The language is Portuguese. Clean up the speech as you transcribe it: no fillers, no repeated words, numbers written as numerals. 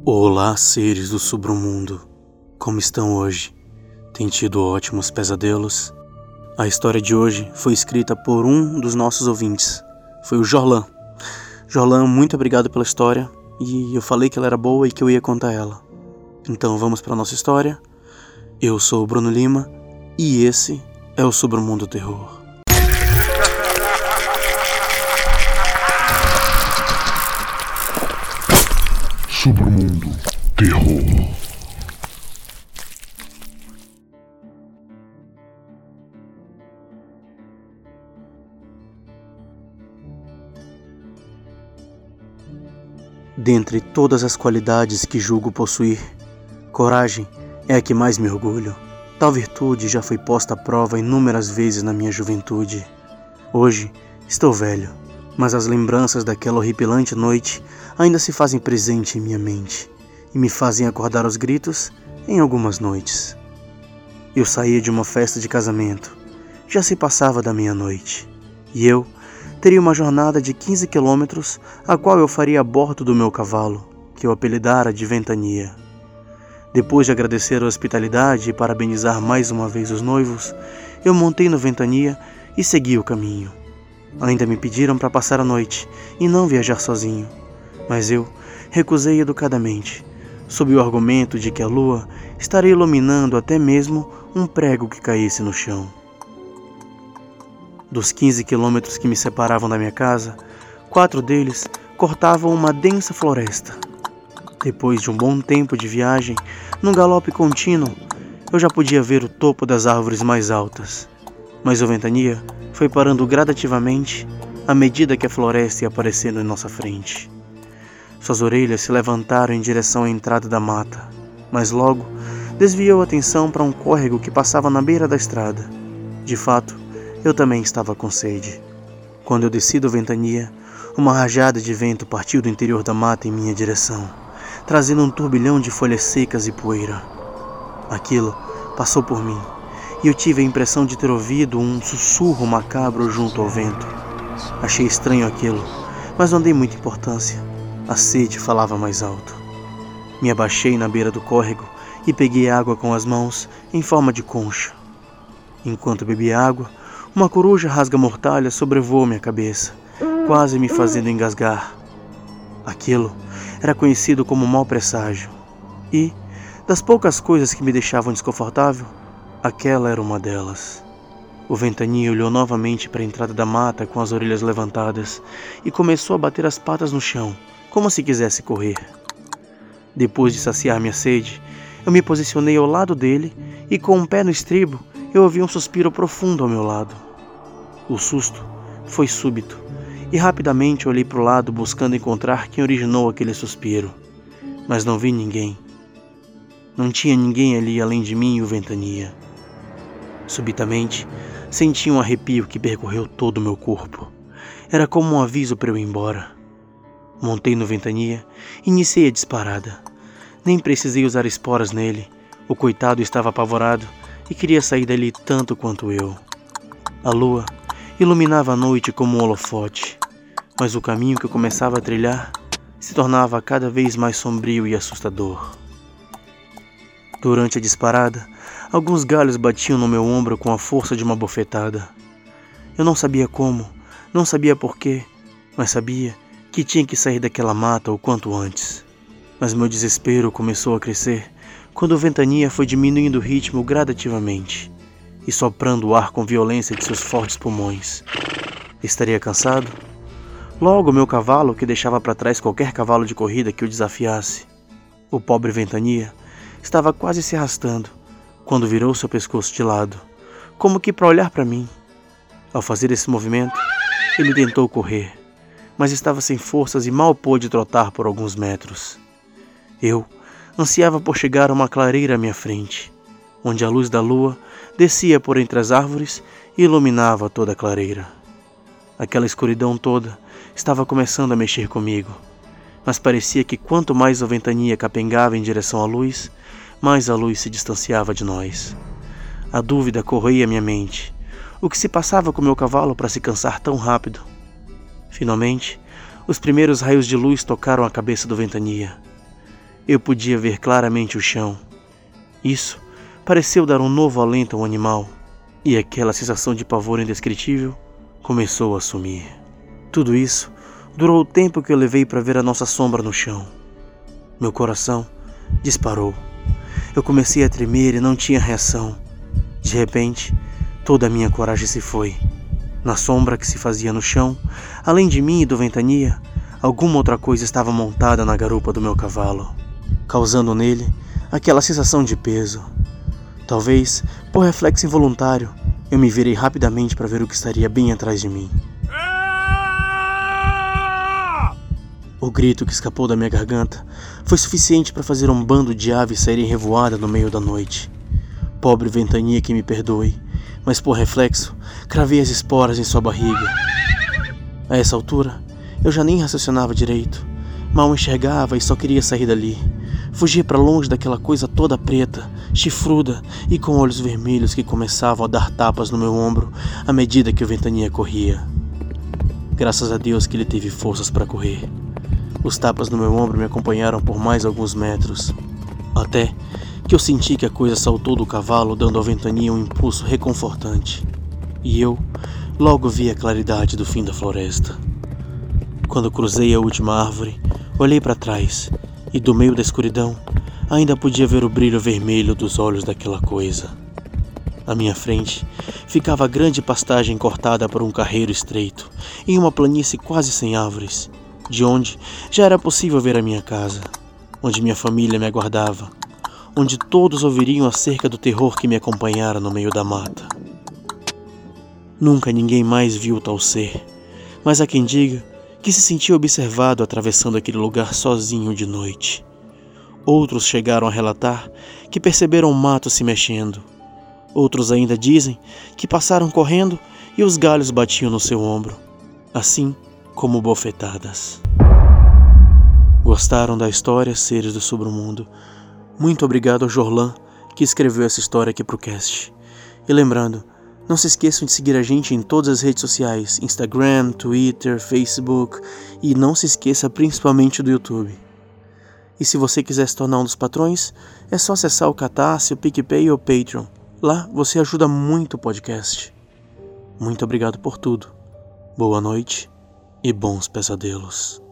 Olá, seres do submundo. Como estão hoje? Tem tido ótimos pesadelos? A história de hoje foi escrita por um dos nossos ouvintes. Foi o Jorlan. Jorlan, muito obrigado pela história. E eu falei que ela era boa e que eu ia contar ela. Então vamos para nossa história. Eu sou o Bruno Lima e esse é o Submundo Terror. Submundo Terror. Dentre todas as qualidades que julgo possuir, coragem é a que mais me orgulho. Tal virtude já foi posta à prova inúmeras vezes na minha juventude. Hoje estou velho, mas as lembranças daquela horripilante noite ainda se fazem presente em minha mente e me fazem acordar aos gritos em algumas noites. Eu saía de uma festa de casamento, já se passava da meia-noite, e eu teria uma jornada de 15 quilômetros, a qual eu faria a bordo do meu cavalo, que eu apelidara de Ventania. Depois de agradecer a hospitalidade e parabenizar mais uma vez os noivos, eu montei no Ventania e segui o caminho. Ainda me pediram para passar a noite e não viajar sozinho, mas eu recusei educadamente, sob o argumento de que a lua estaria iluminando até mesmo um prego que caísse no chão. Dos 15 quilômetros que me separavam da minha casa, 4 deles cortavam uma densa floresta. Depois de um bom tempo de viagem, num galope contínuo, eu já podia ver o topo das árvores mais altas, mas o Ventania foi parando gradativamente à medida que a floresta ia aparecendo em nossa frente. Suas orelhas se levantaram em direção à entrada da mata, mas logo desviou a atenção para um córrego que passava na beira da estrada. De fato, eu também estava com sede. Quando eu desci do Ventania, uma rajada de vento partiu do interior da mata em minha direção, trazendo um turbilhão de folhas secas e poeira. Aquilo passou por mim, e eu tive a impressão de ter ouvido um sussurro macabro junto ao vento. Achei estranho aquilo, mas não dei muita importância. A sede falava mais alto. Me abaixei na beira do córrego e peguei água com as mãos em forma de concha. Enquanto bebia água, uma coruja rasga-mortalha sobrevoou minha cabeça, quase me fazendo engasgar. Aquilo era conhecido como mau presságio, e, das poucas coisas que me deixavam desconfortável, aquela era uma delas. O Ventania olhou novamente para a entrada da mata com as orelhas levantadas e começou a bater as patas no chão, como se quisesse correr. Depois de saciar minha sede, eu me posicionei ao lado dele e, com um pé no estribo, eu ouvi um suspiro profundo ao meu lado. O susto foi súbito e rapidamente olhei para o lado buscando encontrar quem originou aquele suspiro, mas não vi ninguém. Não tinha ninguém ali além de mim e o Ventania. Subitamente, senti um arrepio que percorreu todo o meu corpo. Era como um aviso para eu ir embora. Montei no Ventania e iniciei a disparada. Nem precisei usar esporas nele. O coitado estava apavorado e queria sair dali tanto quanto eu. A lua iluminava a noite como um holofote, mas o caminho que eu começava a trilhar se tornava cada vez mais sombrio e assustador. Durante a disparada, alguns galhos batiam no meu ombro com a força de uma bofetada. Eu não sabia como, não sabia porquê, mas sabia que tinha que sair daquela mata o quanto antes. Mas meu desespero começou a crescer quando o Ventania foi diminuindo o ritmo gradativamente e soprando o ar com violência de seus fortes pulmões. Estaria cansado? Logo meu cavalo, que deixava para trás qualquer cavalo de corrida que o desafiasse. O pobre Ventania estava quase se arrastando quando virou seu pescoço de lado, como que para olhar para mim. Ao fazer esse movimento, ele tentou correr, mas estava sem forças e mal pôde trotar por alguns metros. Eu ansiava por chegar a uma clareira à minha frente, onde a luz da lua descia por entre as árvores e iluminava toda a clareira. Aquela escuridão toda estava começando a mexer comigo, mas parecia que quanto mais a Ventania capengava em direção à luz, mais a luz se distanciava de nós. A dúvida corroía minha mente. O que se passava com meu cavalo para se cansar tão rápido? Finalmente, os primeiros raios de luz tocaram a cabeça do Ventania. Eu podia ver claramente o chão. Isso pareceu dar um novo alento ao animal, e aquela sensação de pavor indescritível começou a sumir. Tudo isso durou o tempo que eu levei para ver a nossa sombra no chão. Meu coração disparou. Eu comecei a tremer e não tinha reação. De repente, toda a minha coragem se foi. Na sombra que se fazia no chão, além de mim e do Ventania, alguma outra coisa estava montada na garupa do meu cavalo, causando nele aquela sensação de peso. Talvez, por reflexo involuntário, eu me virei rapidamente para ver o que estaria bem atrás de mim. O grito que escapou da minha garganta foi suficiente para fazer um bando de aves saírem revoada no meio da noite. Pobre Ventania que me perdoe, mas por reflexo, cravei as esporas em sua barriga. A essa altura, eu já nem raciocinava direito. Mal enxergava e só queria sair dali. Fugir para longe daquela coisa toda preta, chifruda e com olhos vermelhos que começavam a dar tapas no meu ombro à medida que o Ventania corria. Graças a Deus que ele teve forças para correr. Os tapas no meu ombro me acompanharam por mais alguns metros, até que eu senti que a coisa saltou do cavalo, dando ao Ventania um impulso reconfortante. E eu logo vi a claridade do fim da floresta. Quando cruzei a última árvore, olhei para trás e do meio da escuridão ainda podia ver o brilho vermelho dos olhos daquela coisa. À minha frente ficava a grande pastagem cortada por um carreiro estreito, em uma planície quase sem árvores, de onde já era possível ver a minha casa, onde minha família me aguardava, onde todos ouviriam acerca do terror que me acompanhara no meio da mata. Nunca ninguém mais viu tal ser, mas há quem diga que se sentiu observado atravessando aquele lugar sozinho de noite. Outros chegaram a relatar que perceberam o mato se mexendo. Outros ainda dizem que passaram correndo e os galhos batiam no seu ombro, assim como bofetadas. Gostaram da história, seres do submundo? Muito obrigado ao Jorlan, que escreveu essa história aqui pro cast. E lembrando, não se esqueçam de seguir a gente em todas as redes sociais, Instagram, Twitter, Facebook, e não se esqueça principalmente do YouTube. E se você quiser se tornar um dos patrões, é só acessar o Catarse, o PicPay ou o Patreon. Lá você ajuda muito o podcast. Muito obrigado por tudo. Boa noite e bons pesadelos.